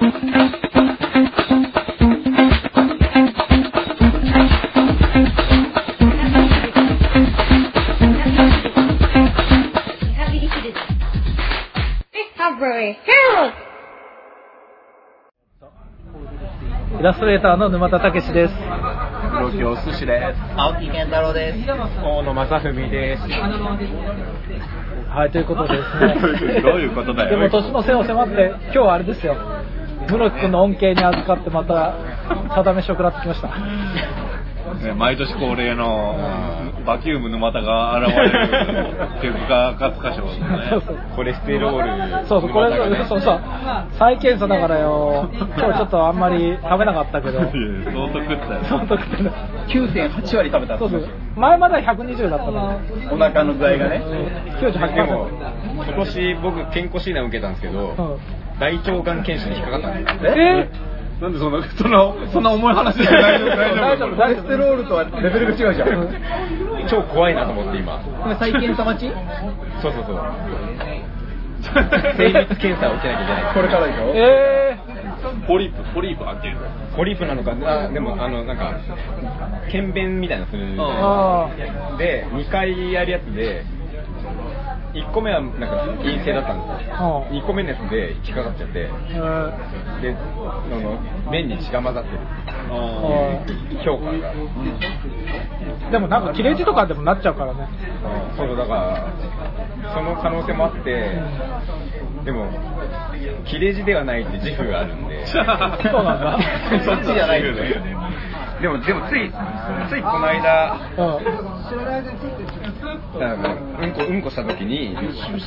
イラストレーターの沼田武史です。 黒木お寿司です。 青木健太郎です。 大野正文です。 はい、ということでですね。 どういうことだよ。 でも年の瀬を迫って今日はあれですよ。室木君の恩恵に預かってまたさだめしを食らってきました。 ね、毎年恒例のバキューム沼田が現れる手塚勝歌賞ですね。 そうそうコレステロール。 そうそう、これそうそう。再検査だからよ。今日ちょっとあんまり食べなかったけど。 相当食ったよ。 相当食った。 9.8 割食べた。 そうそう。前までは120だったの。 お腹の具合がね。 98%。 でも今年僕健康診断受けたんですけど、大腸がん検診に引っかかったんです。 なんでそんな重い話じゃないの？ 大丈夫。コレステロールとはレベルが違うじゃん。 超怖いなと思って今。 再検査待ち？ そう。精密検査を受けなきゃいけない。 これからでしょ？ ポリープ開ける。 ポリープなのかな。でもなんか検便みたいなするで2回やるやつで。1個目はなんか陰性だったんですよ。2個目のやつで引っかかっちゃって、で便に血が混ざってる評価が。 でもなんか切れ字とかでもなっちゃうからね。 そうだからその可能性もあって、でも切れ字ではないって自負があるんで。 そうなんだ。 そっちじゃないですね。でもついこの間、うんこした時に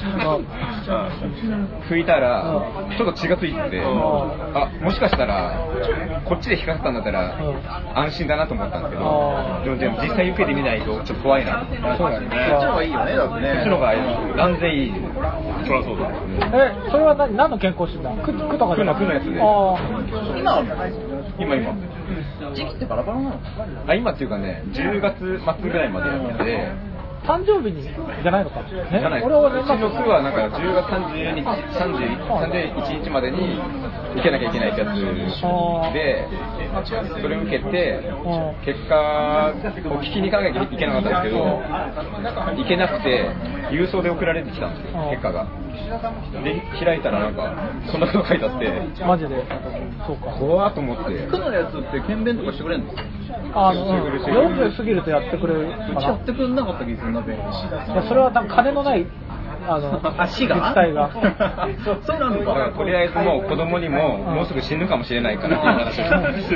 拭いたらちょっと血がついてて、あ、もしかしたらこっちで引っかかったんだったら安心だなと思ったんですけど、でも実際受けてみないとちょっと怖いな。 そうだね。そっちの方がいいよね。だってね。 そっちの方が断然いい。 そりゃそうだ。 それは何の健康診断？区とかで？ 区のやつで。今時期ってバラバラなの？ 今っていうかね、10月末ぐらいまでやってて。 誕生日にじゃないのか。 俺はうちの区はなんか10月31日までに受けなきゃいけないってやつで、それを受けて結果を聞きに行かなきゃいけなかったんですけど、行けなくて郵送で送られてきたんですよ、結果が。で開いたらなんかそんなこと書いてあって、 マジで。そうか。 怖ーと思って。 区のやつって検便とかしてくれんの ？40過ぎるとやってくれるかな。 やってくれなかった気がするな。いや、 それは多分金のない足が自治体がそうなのか。 だからとりあえずもう子供にももうすぐ死ぬかもしれないからっていう話をして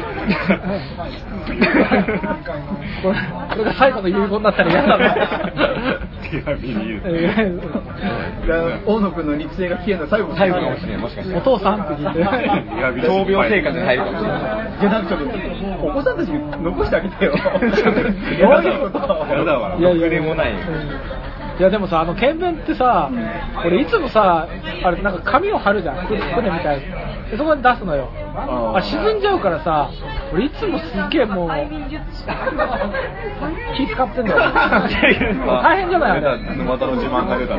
これが最後の遺言だったら嫌だな。 手紙に言う。 大野君の肉声が消えるの最後かもしれない。もしかしてお父さんって聞いて闘病生活に入るかもしれない。 いや、なんかちょっとお子さんたちに残してあげてよ。どういうこと？ やだわ。 ろくでもない。 いやでもさ、検便ってさ、俺いつもさ、あれなんか紙を貼るじゃん、船みたいに。でそこに出すのよ。沈んじゃうからさ、俺いつもすっげえもう気使ってんだよ。大変じゃないあれ。 沼田の自慢が出たの。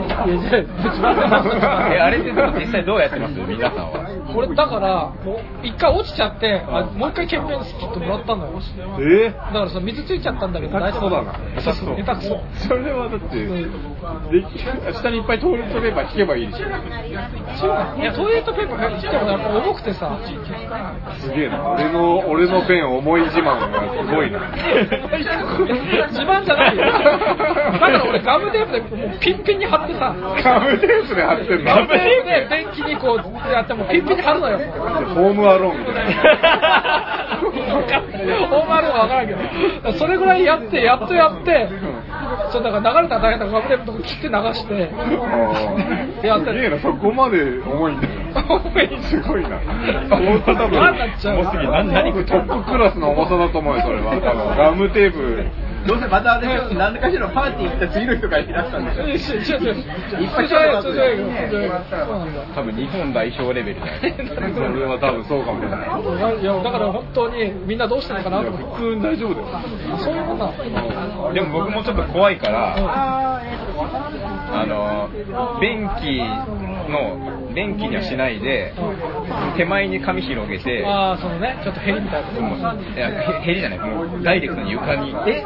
あれってでも実際どうやってます皆さんは？ 俺だからもう一回落ちちゃって、もう一回検便切ってもらったのよ。だからさ、水ついちゃったんだけど大丈夫だな。下手くそ。 それはだって下にいっぱいトイレットペーパー引けばいいでしょ。 そうだ。いや、トイレットペーパー引けばやっぱ重くてさ。 すげえな。俺のペン重い自慢がすごいな。 自慢じゃないよ。だから俺ガムテープでもうピンピンに貼ってさ。 ガムテープで貼ってんの？ ガムテープで便器にこうやってもうピンピンに貼るのよ。 ホームアローンみたいな。 ホームアローンは分からんけど、それぐらいやってやっとやって、そうだから流れたら大変だからガムテープとか切って流して。やって。 すげえな、そこまで重いんだよ。 重い。 すごいな。 何なっちゃう。 何トップクラスの重さだと思うよ、それは。ガムテープ。 どうせまた何かしらのパーティー行った次の人からいらしたんでしょ。いっぱい多分日本代表レベルだよ。 それは多分そうかもしれない。 いやだから本当にみんなどうしてるのかなと思って。 普通に大丈夫だよ。 そういうもんだ。 でも僕もちょっと怖いから、便器の便器にはしないで、手前に髪広げて、 そのね、ちょっとヘリみたいな。 いやヘリじゃない、もうダイレクトに床に。 何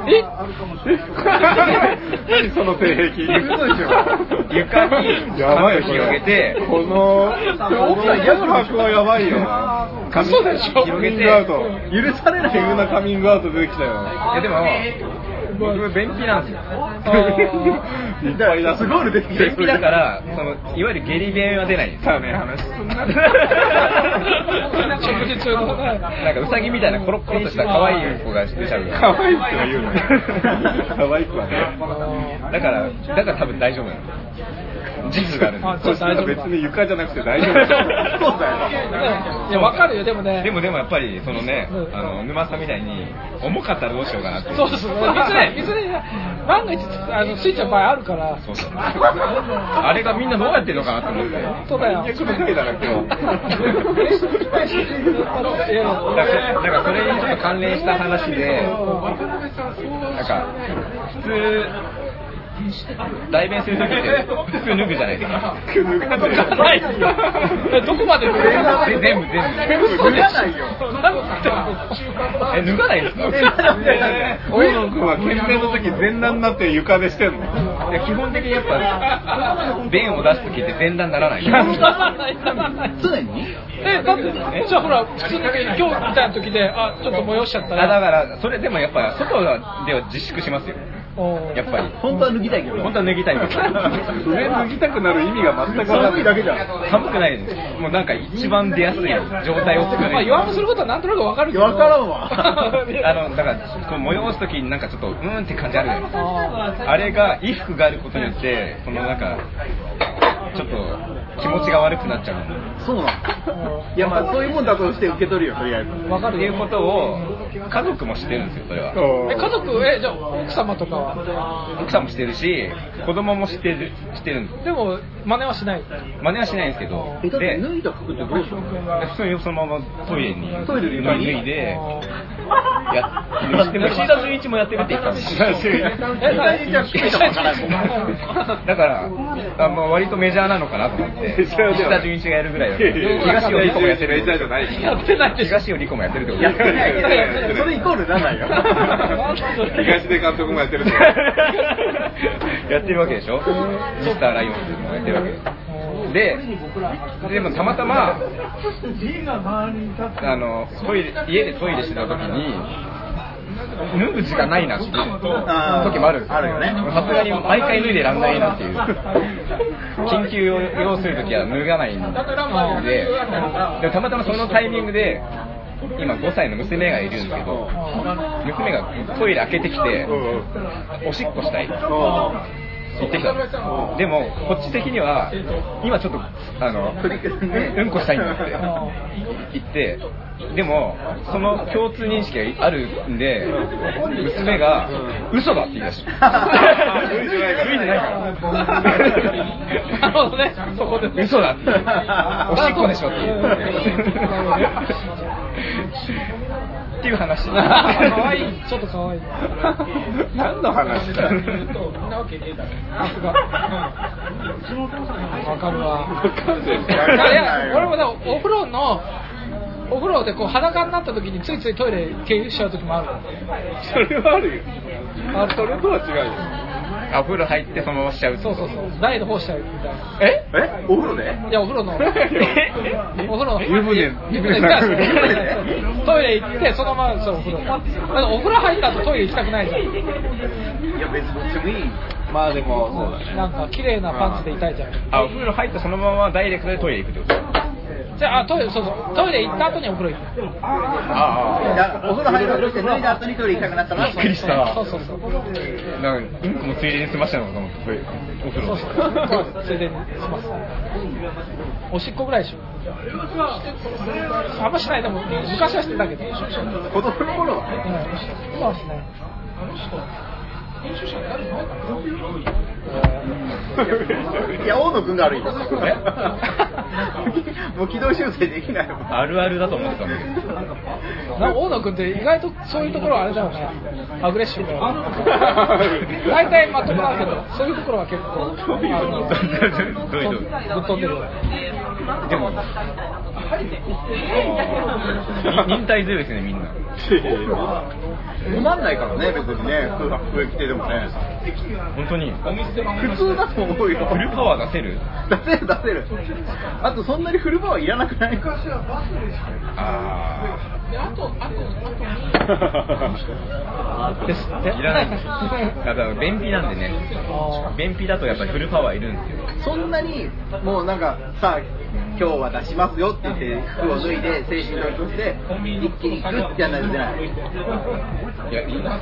その性癖。 床に髪を広げて、 この白はやばいよ。 髪を広げて、 許されないようなカミングアウト出てきたよ。 いやでも僕便秘なんですよ。 すごい出てきた。 便秘だからそのいわゆる下痢便は出ないんですよね。話すんな。 食事中のなんかウサギみたいなコロッコロとした可愛い子が出ちゃう。 可愛い子は言うの。可愛い子はね。 だから多分大丈夫なの。地図があるんです。 そしたら別に床じゃなくて大丈夫。そうだよ。 いや、わかるよ、でもね。 でもやっぱりそのね、沼さんみたいに重かったらどうしようかなって。 そう水ね、万が一スイッチの場合あるから。 そう。あれがみんなどうやってるのかなと思って。 本当だよ。 結構回だな今日。 だからそれにちょっと関連した話で、なんか普通。代弁するときって服脱ぐじゃないですか。 脱がないですよ。 どこまで脱ぐ？ 全部。 脱がないよ。 脱がないんですか？ 大野君は検便の時全裸になって床でしてんの？ いや基本的にやっぱ便を出すときって全裸にならない。 常に？ だってじゃあほら普通に今日みたいな時でちょっと催しちゃったら。 だからそれでもやっぱ外では自粛しますよ。やっぱり本当は脱ぎたいけど。 本当は脱ぎたいんです。 上脱ぎたくなる意味が全く分からないだけじゃん。 寒くないです。もうなんか一番出やすい状態を作る。 言わんとすることはなんとなく分かるけど。 分からんわ。 だからこう催す時になんかちょっとって感じあるじゃないですか。あれが衣服があることによってそのなんかちょっと気持ちが悪くなっちゃう。 そうなの。いやまあそういうもんだとして受け取るよとりあえず。 分かるっていうことを家族もしてるんですよそれは。 家族じゃあ奥様とかは。 奥さんもしてるし子供もしてるんです。 でも真似はしない。 真似はしないんですけど。 だって脱いだ服ってどうするの？ 普通にそのままトイレに脱いででも石田純一もやってるって言ったんですよ。だから割とメジャーなのかなと思って石田純一がやるぐらいだから東尾理子もやってる。 やってないでしょ。 東尾理子もやってるってこと。 やってない。それイコールなんないよ。 東出監督もやってる。 やってるわけでしょ。ミスターライオンズもやってるわけでもたまたま家でトイレしてた時に脱ぐ時間ないなっていう時もあるんですよ。 あるよね。 さすがに毎回脱いでらんないなっていう。緊急を要する時は脱がないんで、でもたまたまそのタイミングで今5歳の娘がいるんですけど、娘がトイレ開けてきておしっこしたい行ってきたんです。でもこっち的には今ちょっとうんこしたいんだって言って、でもその共通認識があるんで娘が嘘だって言い出して。脱いでないから。 なるほどね。そこで嘘だって。おしっこでしょって言って。っていう話。 可愛い、ちょっと可愛い。 何の話だ。 わかるわ。いや、俺もね、お風呂でこう裸になった時についついトイレ経由しちゃう時もある。 それはあるよ。それとは違うよ。 お風呂入ってそのまましちゃう。 そう台の方しちゃうみたいな。 お風呂で？ いやお風呂の湯船トイレ行ってそのままお風呂。お風呂入った後トイレ行きたくないじゃん。 いや別にどっちもいい。 まあでもそうだね。 なんか綺麗なパンツでいたいじゃん。 お風呂入ってそのままダイレクトでトイレ行くってこと？ じゃあトイレ行った後にお風呂行く。 お風呂入ろうとして脱いだ後にトイレ行きたくなったら。 びっくりした。 そう。 なんかうんこもついでに済ましたのかと思ってお風呂。 ついでに済ます。おしっこぐらいでしょ。あんましないでも昔はしてたけど。 子供の頃は。 今はしない。 いや大野くんが悪い。 もう軌道修正できないもん。 あるあるだと思ってたんだけど。 なんか大野君って意外とそういうところはあれだよね、アグレッシブだよ。大体まともだけど、そういうところは結構どういうぶっ飛んでる。 でも忍耐強いですね、みんな。 困んないからね、別にね、服着てでもね。 本当に普通だと思うよ。 フルパワー出せる？ 出せる。あとそんなにフルパワーいらなくない？ ですって。 いらないんですよ。だから便秘なんでね。便秘だとやっぱりフルパワーいるんですよ。 そんなにもうなんかさ、今日は出しますよって言って服を脱いで精神統一して一気にグッてやらないといけない。 いや、いいな。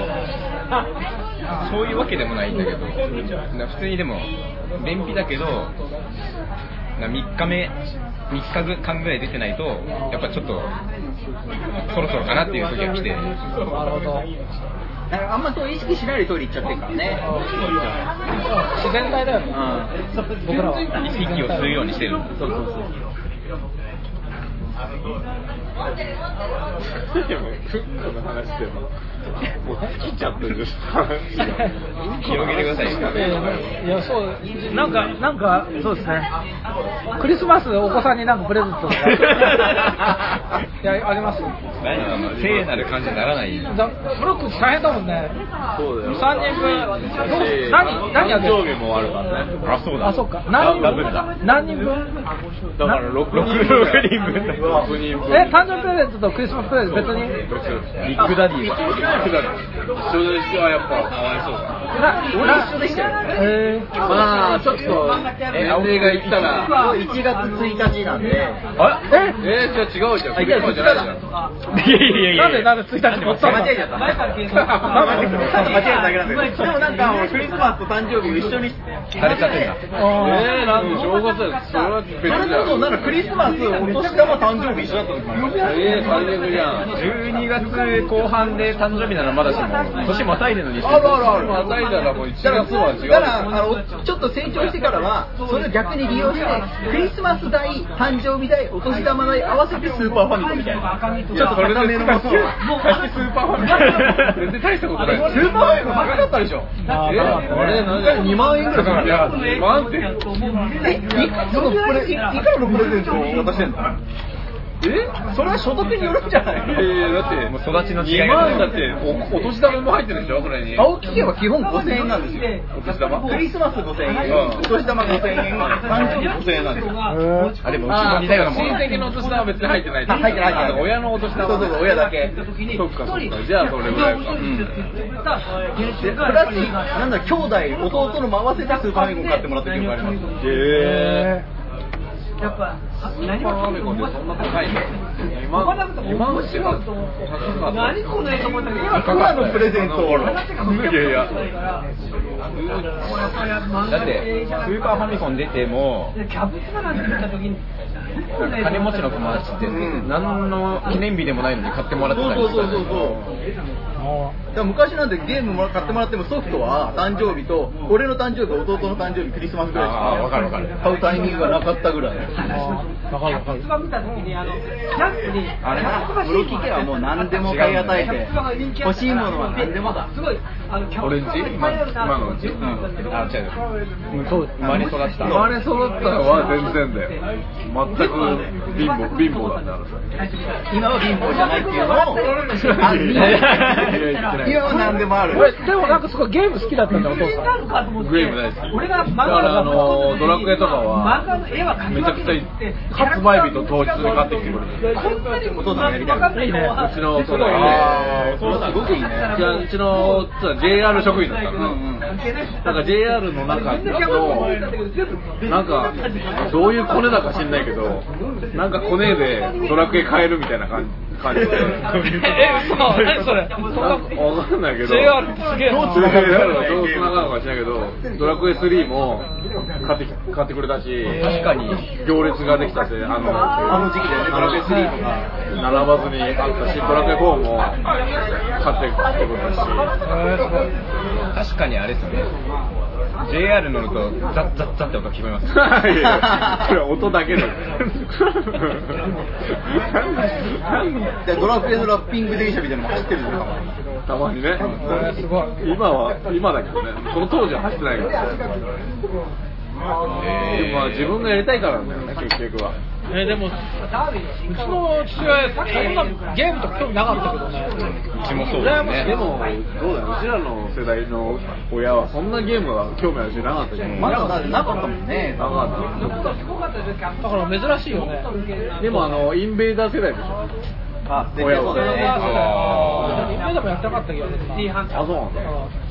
そういうわけでもないんだけど、普通にでも便秘だけど3日間ぐらい出てないとやっぱちょっとそろそろかなっていう時が来て。 なるほど。 あんまそう意識しないでトイレ行っちゃってるからね。 自然体だよね。僕らは息を吸うようにしてる。 そう。 でもフックの話でももう尽きちゃってる広げてください。 いや、そうなんかそうですね。クリスマスお子さんになんかプレゼントとかいやあります。 聖なる感じにならない。 ブロック大変だもんね。 そうだよ。 3人分何やってる？ 誕生日もあるからね。 あ、そうだ。 あ、そっか。何人分？ だから6人分。 誕生日プレゼントとクリスマスプレゼント別に？ ビッグダディは一緒ですよ、やっぱかわいそうだ。 俺一緒でしたよ。まあちょっと年齢がいったら1月1日なんで。 じゃあ違うじゃん。 いやじゃないじゃん。 なんで1日に持ったの？ 間違えちゃった。間違えただけなんだけど。でもなんかもうクリスマスと誕生日を一緒にされちゃってんだ。 なんで正月だよ。それは別それこそなんかクリスマスお年玉誕生日一緒だった時もあります。 最悪じゃん。 12月後半で誕生日ならまだしも年またいでのにしてある。 またいだらもう1月は違う。 だからちょっと成長してからはそれを逆に利用してクリスマス代、誕生日代、お年玉代合わせてスーパーファミコンみたいな。ちょっと高めのものをスーパーファミコン。全然大したことない。 スーパーファミコン高かったでしょ。 あれ 2万円ぐらいかかる。 いや2万っていくらのプレゼントを渡してんの？それは所得によるんじゃない？ だってもう育ちの違い 2 が万だってお年玉も入ってるでしょ、それに。 青木家は基本5000円なんですよ。 お年玉クリスマス5000円、お年玉5000円、誕生日5000円なんですよ。 あれもうちも似たようなもの。 親戚のお年玉は別に入ってない。 入ってない。 親のお年玉。 そう、親だけ。 そっか。じゃあそれぐらいか。 でプラスなんだ兄弟弟のも合わせてスーパーファミコン買ってもらった記憶があります。 やっぱ何もファミコンってそんな高いの？2万って何この絵と思ったけど今のプレゼントをだってスーパーファミコン出てもなんか金持ちの友達って何の記念日でもないのに買ってもらってたりした。 だから昔なんてゲーム買ってもらってもソフトは誕生日と俺の誕生日と弟の誕生日クリスマスぐらいしかわかる買うタイミングがなかったぐらい。 わかる。 あれブロキ家はもう何でも買い与えて欲しいものは何でもだ。 俺んち今のうち。 あ、違う。生まれ育ったのは全然だよ。全く貧乏だね。 今は貧乏じゃないっていうのを今は何でもある。 でもなんかすごいゲーム好きだったんだお父さん。 ゲーム大好き。だからドラクエとかはめちゃくちゃ発売日と当日に買ってきてくれる。 お父さんやりたい。 いいね。 うちの父がすごくいいね。 うちの父は JR 職員だったのね。なんか JR の中だとなんかどういうコネだか知んないけどなんかコネでドラクエ買えるみたいな感じで嘘？何それ？ わかんないけど JR ってすげえな。 どう繋がるのか知らないけどドラクエ3も買ってくれたし確かに行列ができたしあの時期でねドラクエ3とか並ばずにあったしドラクエ4も買ってきてくれたし確かにあれですね JR 乗るとザッザッザッって音聞こえます。 いやそれは音だけでドラクエのラッピング電車みたいなのも走ってるんですか。 たまにね。 すごい。 今だけどね。その当時は走ってないから。まあ自分がやりたいからなんだよね、結局は。 でもうちの父親そんなゲームとか興味なかったけどね。 うちもそうですね。 でもどうだよ、うちらの世代の親はそんなゲームは興味あるしなかったけど、 まだなかったもんね。 なかった。 だから珍しいよね。 でもインベーダー世代でしょ。 あ、 親はね。 インベーダーもやってなかったけどね。 あ、そうなんだ。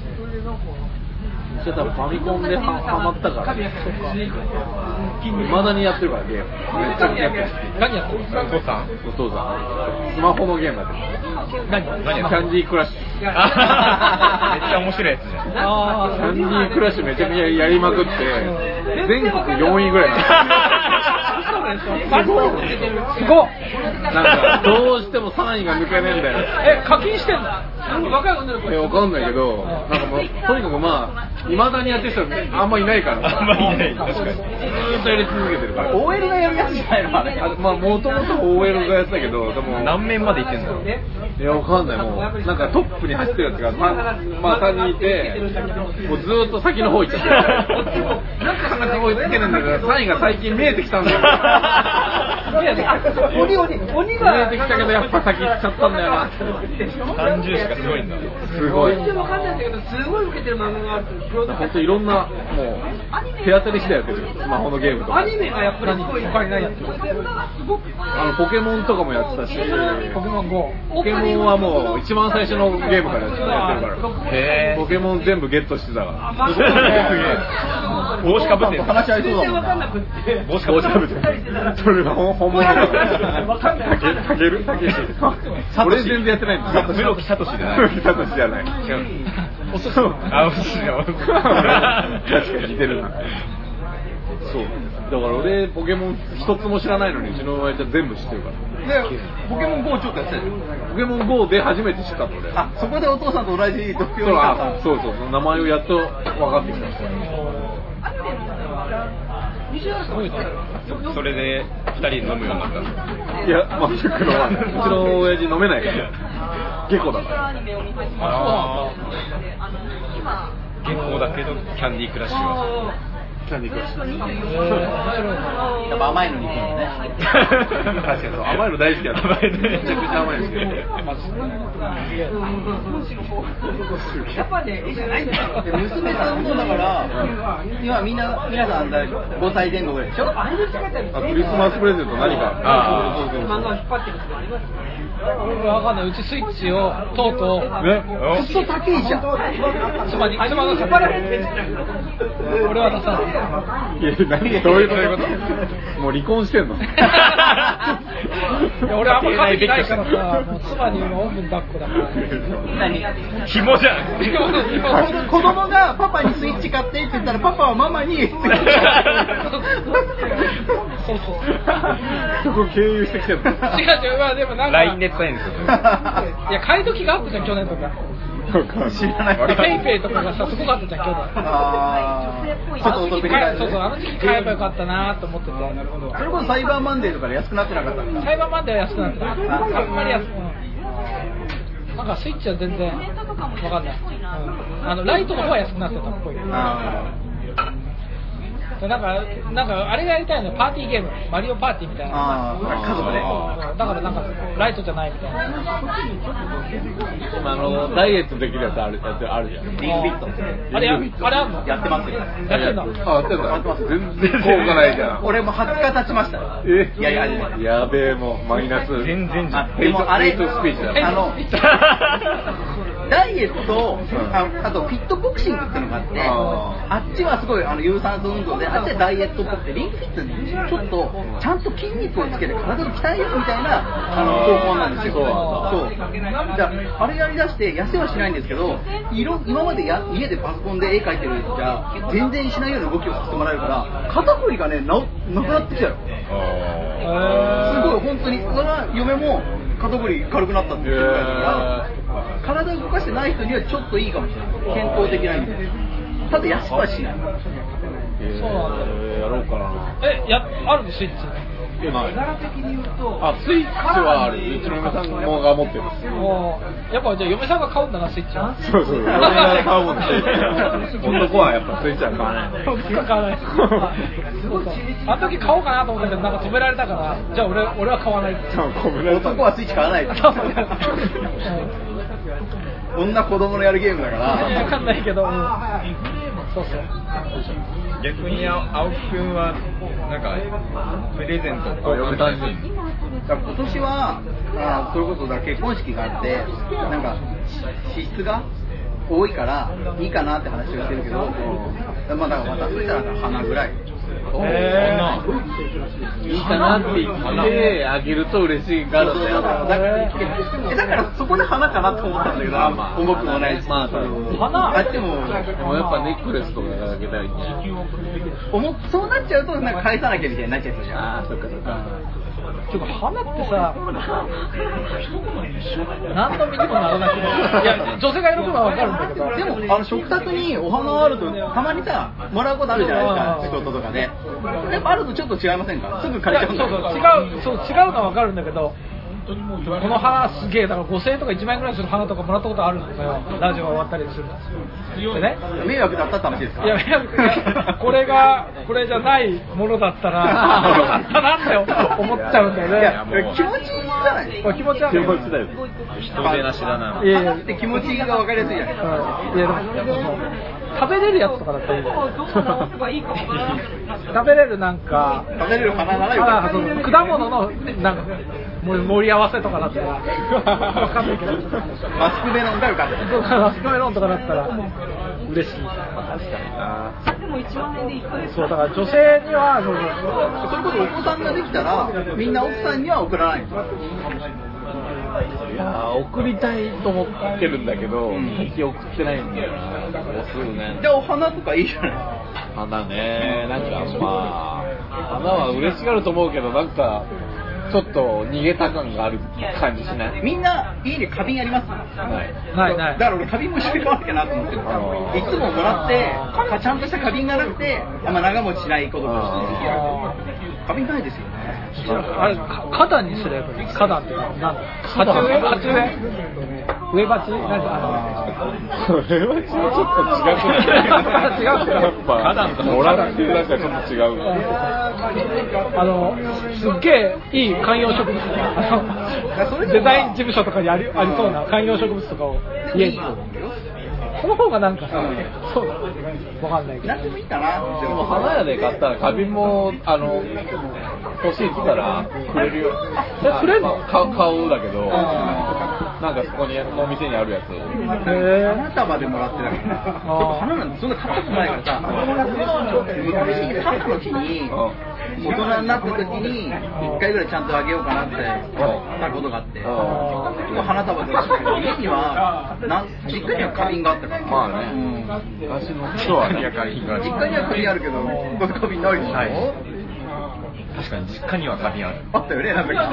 多分ファミコンでハマったから未だにやってるからゲームめっちゃやってる。 何やってる？ お父さんスマホのゲームやってる。 何キャンディークラッシュ。 めっちゃ面白いやつじゃん。 キャンディークラッシュめちゃくちゃやりまくって全国4位ぐらいすごっ。 なんかどうしても3位が抜けねえんだよ。 課金してんの？若い女の子。 わかんないけど、なんかもうとにかくまあ未だにやってる人あんまいないから。 あんまいない。確かに。 ずーっとやり続けてるから。 OL がやるやつじゃないの？ まあもともと OL がやってたけど、でも何面までいってんだろう。 いやわかんない。もうなんかトップに走ってるやつがまあ3人いて、もうずーっと先の方行っちゃって。なんか話追いつけるんだけど、3位が最近見えてきたんだよ。 鬼が見えてきたけどやっぱ先行っちゃったんだよな。 30しかすごいんだ。 すごい。 わかんないんだけど、すごい受けてる漫画がある。 本当いろんなもう手当たり次第やってる。スマホのゲームとか。 アニメがやっぱりすごい他にないやつ。 ポケモンとかもやってたし、 ポケモン GO。 ポケモンはもう一番最初のゲームからやってるから。 へポケモン全部ゲットしてたから。 すげえ。帽子かぶってる。 話し合いそうだもんわかんなくって。 帽子かぶってる。それが本物だから。 わかんない。 たける俺全然やってないんだよ。 室木聡じゃない。 サトシじゃない。 おすすめ。あ、おすすめ。 確かに似てるな。そう。だから俺ポケモン一つも知らないのにうちの親ちゃん全部知ってるから。 で、ポケモン GO ちょっとやってたよ。 ポケモン GO で初めて知ったの俺。 あ、そこでお父さんと同じ土俵にそうそう、名前をやっと分かってきた。 それで2人で飲むようになったんです。 いや、全く飲まない。うちの親父飲めないから。下戸だから。 ああ。下戸だけどキャンディークラッシュは。 キャンディークラッシュ。 やっぱ甘いのに行くのね。 確かにそう、甘いの大好きだった。めちゃくちゃ甘いの好き。 やっぱね、いいじゃないんだよ。 娘さんもだから、今皆さん5歳前後ぐらいでしょ？ クリスマスプレゼント何か。 漫画を引っ張ってる人もいます。 わかんない。うちスイッチをとうとうね。 クソ高いじゃん。 妻が引っ張られて俺は出さない。 いや、何どういうこともう離婚してんの？ いや俺あんま関係ないからさ、もう妻におんぶに抱っこだから。 紐じゃん。 子供がパパにスイッチ買ってって言ったらパパはママにスイッチ買って。 そうそう。 そこ経由してきてるの？ 違う、まあでもなんか LINE で伝えるんですよ。 いや買い時があったじゃん去年とか。 知らない。 ペイペイとかがさすごかったじゃん去年。 ああ。ちょっとお得に買える。 そうそう、あの時期買えばよかったなと思ってて。 それこそサイバーマンデーとかで安くなってなかったんだ。 サイバーマンデーは安くなってた。あんまり安くなんかスイッチは全然わかんない。ライトの方は安くなってたっぽい。なんかあれがやりたいのよ、パーティーゲーム、マリオパーティーみたいな。 家族で。 だからなんかライトじゃないみたいな。 ダイエットできるやつあるじゃん。 リングフィット。 あれあんの？ やってますよ。 やってんの？ やってます。全然効果ないじゃん。 俺も20日経ちました。やり始めて。 やべえ、もうマイナス。 全然じゃん。 でもあれヘイトスピーチだ。 ダイエット、あとフィットボクシングっていうのがあって、あっちはすごい有酸素運動で、あっちはダイエットっぽくて、リングフィットにちょっとちゃんと筋肉をつけて体を鍛えようみたいな方法なんですよ。そう。じゃああれやりだして痩せはしないんですけど、今まで家でパソコンで絵描いてるじゃ全然しないような動きをさせてもらえるから、肩こりがねなくなってきたよ。すごい本当に。それは嫁も肩こり軽くなったって言ってたから、体を動かしてない人にはちょっといいかもしれない。健康的な意味で。 ただ安くはしない。 そうなんだ。 やろうかな。 あるのスイッチ。 ない。あ、スイッチはある。うちの嫁さんが持ってる。 やっぱじゃあ嫁さんが買うんだなスイッチは。 そうそう。嫁さんが買うもんね。男はやっぱスイッチは買わないね。 買わない。あの時買おうかなと思ったけどなんか止められたからじゃあ俺は買わない。 男はスイッチ買わない。女子供のやるゲームだから。 わかんないけど。そうそう。 逆に青木くんはなんかプレゼントとか嫁さんに。 今年はそれこそ結婚式があってなんか支出が多いからいいかなって話をしてるけど、まあだから渡すたら花ぐらい。 いいかなって言ってあげると嬉しいからだよ。 だからそこで花かなと思ったんだけど、重くもないし。 花あっちもやっぱネックレスとかあげたい。 そうなっちゃうとなんか返さなきゃみたいになっちゃうじゃん。 ああ、そっかそっか。 てか花ってさ、何の身にもならなくて、いや女性が喜ぶのは分かるんだけど、 でも食卓にお花あるとたまにさもらうことあるじゃないですか、仕事とかで。やっぱあるとちょっと違いませんか？すぐ借りちゃうんだけど。 違うのは分かるんだけど。この花すげえだから5000円とか1万円ぐらいする花とかもらったことあるんだよ。ラジオが終わったりするでね。 迷惑だったって話ですか？ いやこれじゃないものだったらよかったなって思っちゃうんだよね。 いや気持ちいいじゃない。 気持ちだよ。 人手なしだな。 いやって気持ちが分かりやすいじゃないですか。 いやでも食べれるやつとかだったらいい。食べれるなんか食べれる花ならよかった。 果物のなんか盛り合わせとかだったら分かんないけどマスクメロンがよかった。 マスクメロンとかだったら嬉しい。そうだから女性にはそれこそお子さんができたらみんな奥さんには送らないんですよ。 いや送りたいと思ってるんだけど、最近送ってないんだよな。すぐね。 じゃあお花とかいいじゃない。 花ね、なんかまあ花は嬉しがると思うけどなんかちょっと逃げた感がある感じしない？ みんな家に花瓶あります？ ない。 だから俺花瓶も一緒に買わなきゃなと思ってる。いつももらってちゃんとした花瓶がなくて長持ちしないことが花瓶ないですよね。 あれ花壇にすればいい。花壇ってなんだ？鉢植え？植鉢？ 植鉢はちょっと違くない？ 違うか。 やっぱ花壇ともらってなんかちょっと違う。 すっげえいい観葉植物デザイン事務所とかにありそうな観葉植物とかを家に。その方がなんかさ、そうだ、わかんないけど。 なんでもいいかな。 でも花屋で買ったら花瓶も欲しいって言ったらくれるよ。 くれるの？ 買うだけど、なんかそこにお店にあるやつ。 花束でもらってたから。花なんてそんな買ったことないからさ。昔母の日に大人になった時に1回ぐらいちゃんとあげようかなって買ったことがあって。花束でもらったけど家には実家には花瓶があったから。 まあね。昔の人はね、花瓶がある。 実家には花瓶あるけど花瓶ないでしょ。 確かに実家には花瓶ある。 あったよね、なんか。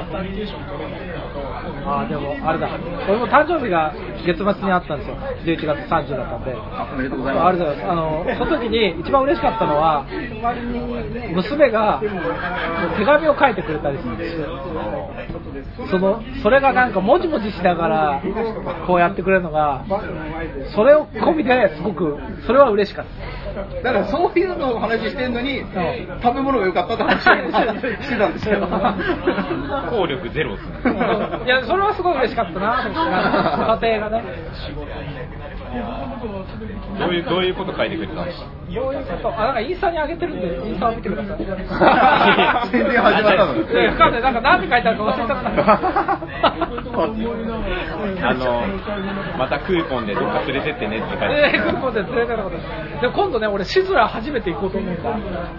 でもあれだ。俺も誕生日が月末にあったんですよ。11月30だったんで。 おめでとうございます。 ありがとうございます。その時に一番嬉しかったのは娘が手紙を書いてくれたりするんですよ。それがなんかもじもじしながらこうやってくれるのがそれを込みですごくそれは嬉しかった。 だからそういうのを話してるのに、食べ物が良かったって話をしてたんですよ。 効力ゼロですね。 いやそれはすごい嬉しかったな。家庭がね。 どういうこと書いてくれたんですか？ なんかインスタに上げてるんでインスタを見てください。 全然始まったの。 なんか何て書いてあるか忘れちゃった。 またクーポンでどっか連れてってねって書いてある。 クーポンで連れてってことです。でも今度ね俺シズラ初めて行こうと思うんだ。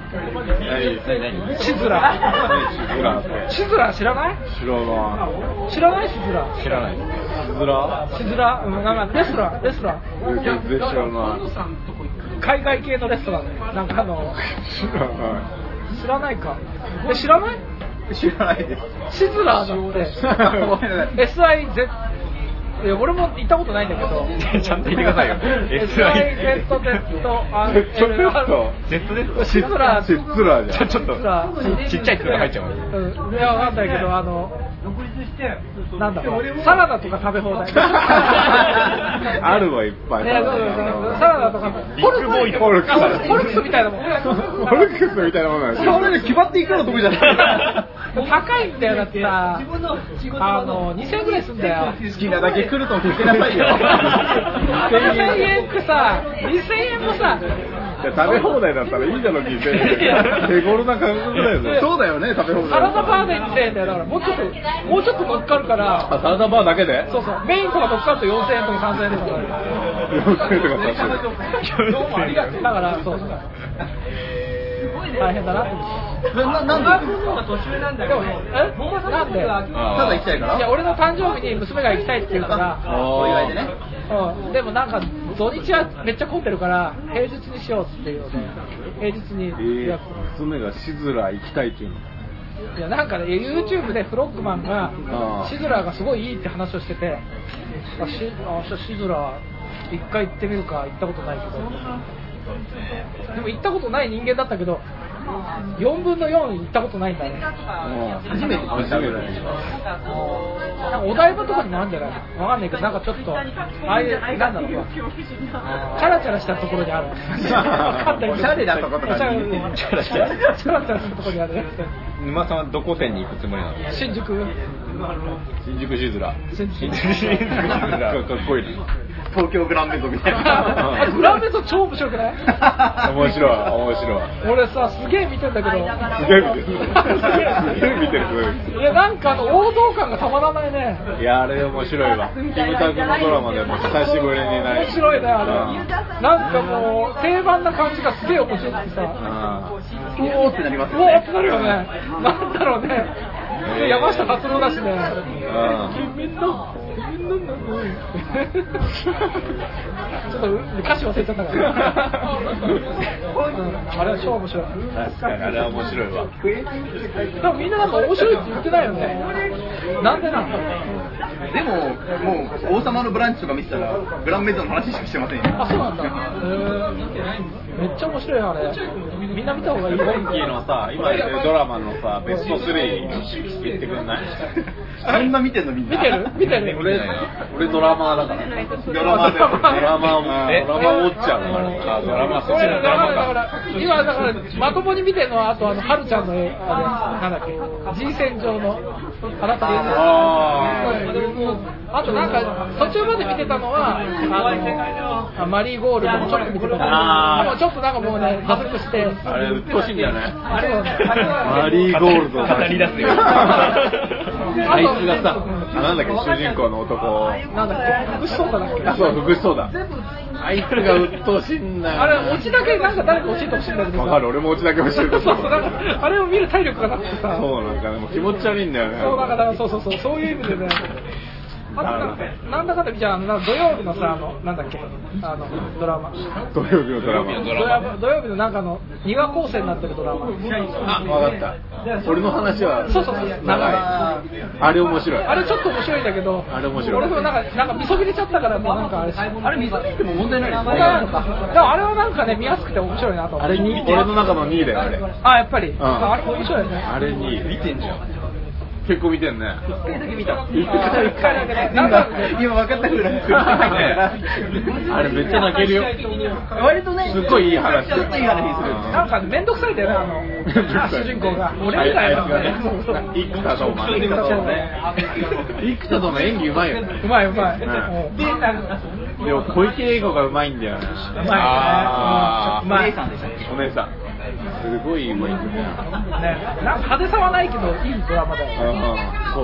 シズラ知らない？知らないシズラ。 知らない。 シズラなんかレストラン。海外系のレストランなんか知らないか。知らない？ 知らないです。 シズラーだって。SIZ いや俺も行ったことないんだけどちゃんと言ってくださいよ。 シッツラーじゃん。ちょっとちっちゃいツが入っちゃう。 いやわかんないけどなんだろうサラダとか食べ放題あるわいっぱい。 サラダとかビッグボーイとかフォルクスみたいなもん。 フォルクスみたいなもんなんですよ。 それで決まっていくようなとこじゃない。 高いんだよだってさ2000円ぐらいすんだよ。 好きなだけ来ると言ってなさいよ。 2000円ってさ2000円もさ食べ放題だったらいいだろ2000円。手頃な感覚だよね。 そうだよね、食べ放題。 サラダバーで2000円だよ。だからもうちょっと乗っかるからあ、サラダバーだけで？ そうそうメインとか乗っかると4000円とか3000円とか 4000円とか3000円だからそう大変だなってなんでなんでただ行きたいからいや俺の誕生日に娘が行きたいって言うからお祝いでね。 でもなんか土日はめっちゃ混んでるから平日にしようっていうので平日に娘がシズラー行きたいっていうの。 いやなんかね YouTube でフロッグマンがシズラーがすごいいいって話をしててシズラー一回行ってみるか行ったことないけどでも行ったことない人間だったけど4分の4行ったことないんだね。 初めてなんかお台場とかにもあるんじゃないわかんないけどなんかちょっとああいうなんだろうチャラチャラしたところにあるおしゃれなところとかにチャラチャラしたところにある沼さんはどこ店に行くつもりなの？ 新宿シズラーかっこいいね。 東京グランメゾンみたいな。 グランメゾン超面白くない？ 面白い。 俺さすげえ見てんだけど。 すげえ見てる。 いやなんか王道感がたまらないね。 いやあれ面白いわ。キムタクのドラマでも久しぶりにない。 面白いねあれ。なんかもう定番な感じがすげえ面白くてさ。 おーってなりますよおーね。 ってなるよね。なんだろうね。山下達郎だしね。君のちょっと歌詞忘れちゃったからあれは超面白い。 確かにあれは面白いわ。 でもみんななんか面白いって言ってないよね。なんでなんだろう。 でももう王様のブランチとか見てたらグランメゾンの話しかしてませんよ。 あ、そうなんだ。めっちゃ面白いあれ。みんな見た方がいい。 今期のさ、今やってるドラマのさ、ベスト3言ってくんない？ そんな見てんのみんな。 見てる。 俺ドラマーだから。ドラマーウォッチャーだから。あ、ドラマーそっちのドラマか。 今だからまともに見てるのはあとはるちゃんのなんだっけ G 線上のあなたあとなんか途中まで見てたのはマリーゴールドもちょっと見てたでもちょっとなんかもうね脱力してあれうっとうしいんだよね。 マリーゴールド語り出すよ。 あいつがさ、なんだっけ主人公の男なんだっけ福士蒼汰だっけ。 そう福士蒼汰。あいつがうっとうしいんだよ。 あれオチだけなんか誰か教えてほしいんだけどさ。 わかる俺もオチだけ教えてほしい。 そうなんかあれを見る体力がなくてさ。 そうなんかでも気持ち悪いんだよね。 そうだからそういう意味でね。あとなんだかんだじゃあ土曜日のさなんだっけドラマ。 土曜日のドラマ。 土曜日のなんか庭構成になってるドラマ。 あ、わかった。俺の話はそう長い。 あれ面白い。 あれちょっと面白いんだけど。 あれ面白い。 俺もなんか見そびれちゃったからもうなんかあれ見そびれても問題ないです。 問題ないのか。でもあれはなんかね見やすくて面白いなと思って。 あれ俺の中の2位だよあれ。 あやっぱり。あれ面白いね。 あれ2位見てんじゃん。結構見てんね。 1回だけ見た。 1回だけね。 今分かったぐらい。 あれめっちゃ泣けるよ。 割とね。 すっごいいい話。 ちょっといい話する。 なんかめんどくさいんだよね主人公が。俺みたいなね。 生田斗真。生田斗真演技うまいよね。 うまい。 でも小池栄子がうまいんだよね。 うまい。 お姉さんでしたっけ？ お姉さん。すごい上手いんだよね。 なんか派手さはないけどいいドラマだよ。 そう。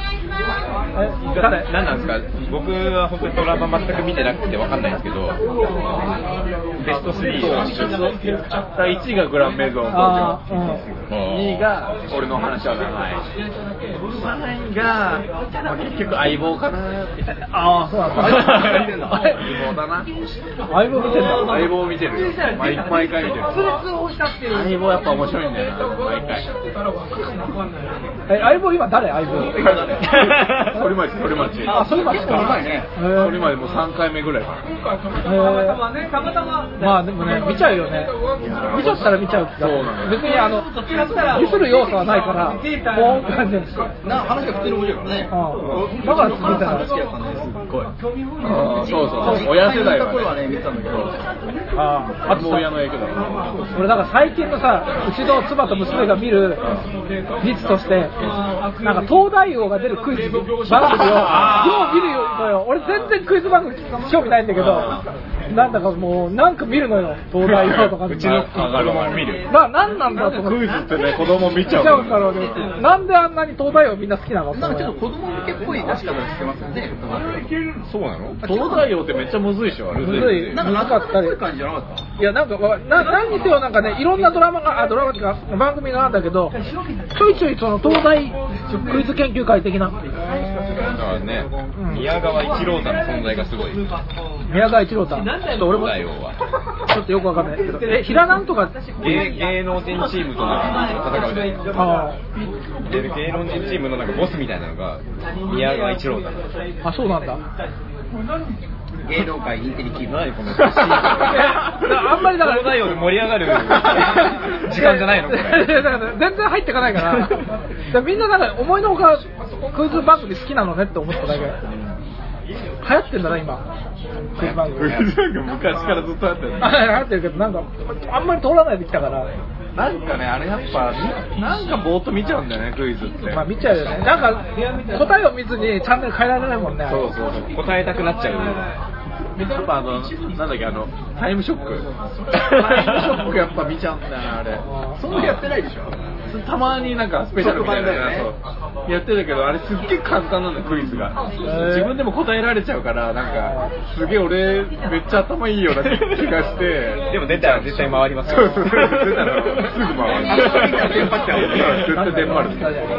何なんですか？僕は本当にドラマ全く見てなくて分かんないんですけど、ベスト3は 1位がグランメゾン東京、2位が俺の話は長い、3位が、結局相棒かなって。 ああ、そうなんだ。 相棒だな。 相棒見てるんだ。 相棒見てるよ。毎回見てる。 挫折をしたっていう相棒やっぱ面白いんだよな、毎回。 相棒今誰？相棒。 反町。 あ、反町か。 反町もう3回目ぐらいかな。 まあでもね、見ちゃうよね。見ちゃったら見ちゃう。 そうなの。 別にディスる要素はないから、ボーンって感じです。 話が普通に面白いからね。 だから続いたら。 好きだったんです。すっごい。 そう親世代はね、見てたんだけど。 あと親の影響だ。 俺だから最近のさ、うちの妻と娘が見る率として、なんか東大王が出るクイズ番組をよう見るのよ。俺全然クイズ番組興味ないんだけど、なんだかもうなんか見るのよ、東大王とか。 うちの子供見る。 なんなんだと思って。 クイズってね、子供見ちゃうんだろうね。なんであんなに東大王みんな好きなの？ なんかちょっと子供向けっぽい出し方してますよね。 そうなの？ 東大王ってめっちゃむずいでしょ、あれ。 むずい。難かったり。 感じじゃなかった？ いやなんか何にせよなんかね、いろんなドラマっていうか番組があるんだけど、ちょいちょいその東大クイズ研究会的な。 だからね、宮川一郎太の存在がすごい。 宮川一郎太。ちょっと俺もちょっとよくわかんないけど、平なんとか芸能人チームとなんか戦うじゃないですか。で芸能人チームのなんかボスみたいなのが宮川一郎太。 あ、そうなんだ。 芸能界インテリチーム。 何このあんまりだから東大王で盛り上がる時間じゃないのこれ。 だから全然入っていかないからみんななんか思いのほかクイズ番組好きなのねって思っただけ。流行ってんだな今クイズ番組。 昔からずっとやってる。 流行ってるけどなんかあんまり通らないできたから。 なんかね、あれやっぱなんかぼーっと見ちゃうんだよね、クイズって。 まあ見ちゃうよね。なんか答えを見ずにチャンネル変えられないもんね。 そう答えたくなっちゃう。 やっぱなんだっけタイムショックやっぱ見ちゃうんだよな、あれ。 そんなやってないでしょ。 たまになんかスペシャルみたいなやってたけど、あれすっげえ簡単なんだよ、クイズが。自分でも答えられちゃうから、なんかすげえ俺めっちゃ頭いいような気がして。 でも出たら絶対回りますよ。 出たらすぐ回る。絶対電波る。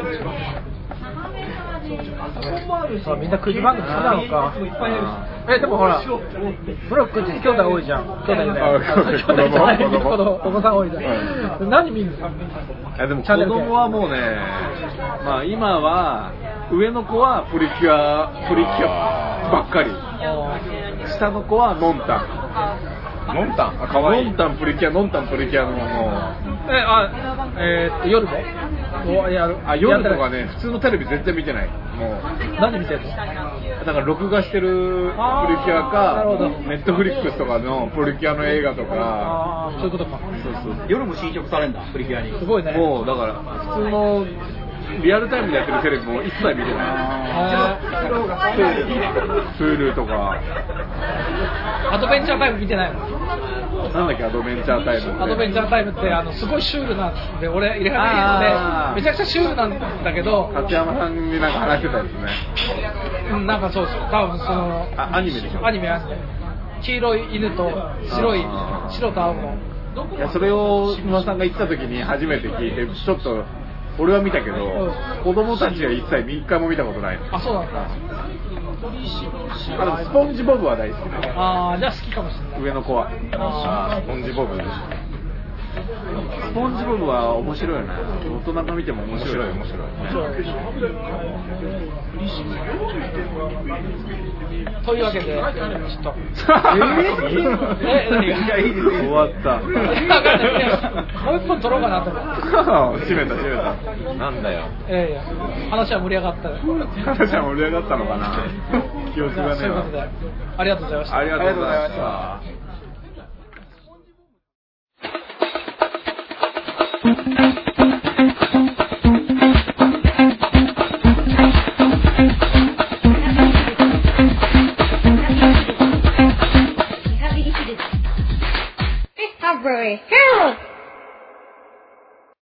そうみんなクイズ番組好きなのか。でもほらブロックって兄弟多いじゃん。兄弟ね。お子さん多いじゃん。何見るの？ でも子供はもうね、まあ今は上の子はプリキュアばっかり。下の子はノンタン。 ノンタン？かわいい。 ノンタンプリキュアのもう。 夜も？ 夜とかね、普通のテレビ全然見てない。もう何見てるの？ だから録画してるプリキュアか、ネットフリックスとかのプリキュアの映画とか。 そういうことか。 そう夜も進捗されるんだ、プリキュアに。 すごいね。 もうだから普通のリアルタイムでやってるテレビも一切見てない。Huluとか。 アドベンチャータイム見てないの？ なんだっけアドベンチャータイム。 アドベンチャータイムってすごいシュールなんで、俺入れはめちゃくちゃシュールなんだけど。 勝山さんになんか話してたですね。 なんかそう多分そのアニメでしょ。 アニメ黄色い犬と白と青の。 いやそれを野田さんが言ってた時に初めて聞いてちょっと。俺は見たけど、子供たちは一切一回も見たことない。 あ、そうなんだ。 でもスポンジボブは大好きだ。 じゃあ好きかもしれない。 上の子は。 スポンジボブ。 スポンジボブは面白いよね。大人が見ても面白い。 というわけで、ちょっと。 終わった。 もう一本取ろうかなと思って。 閉めた。 なんだよ。 話は盛り上がった。 話は盛り上がったのかな。記憶がね。 そういうことで、ありがとうございました。 ありがとうございました。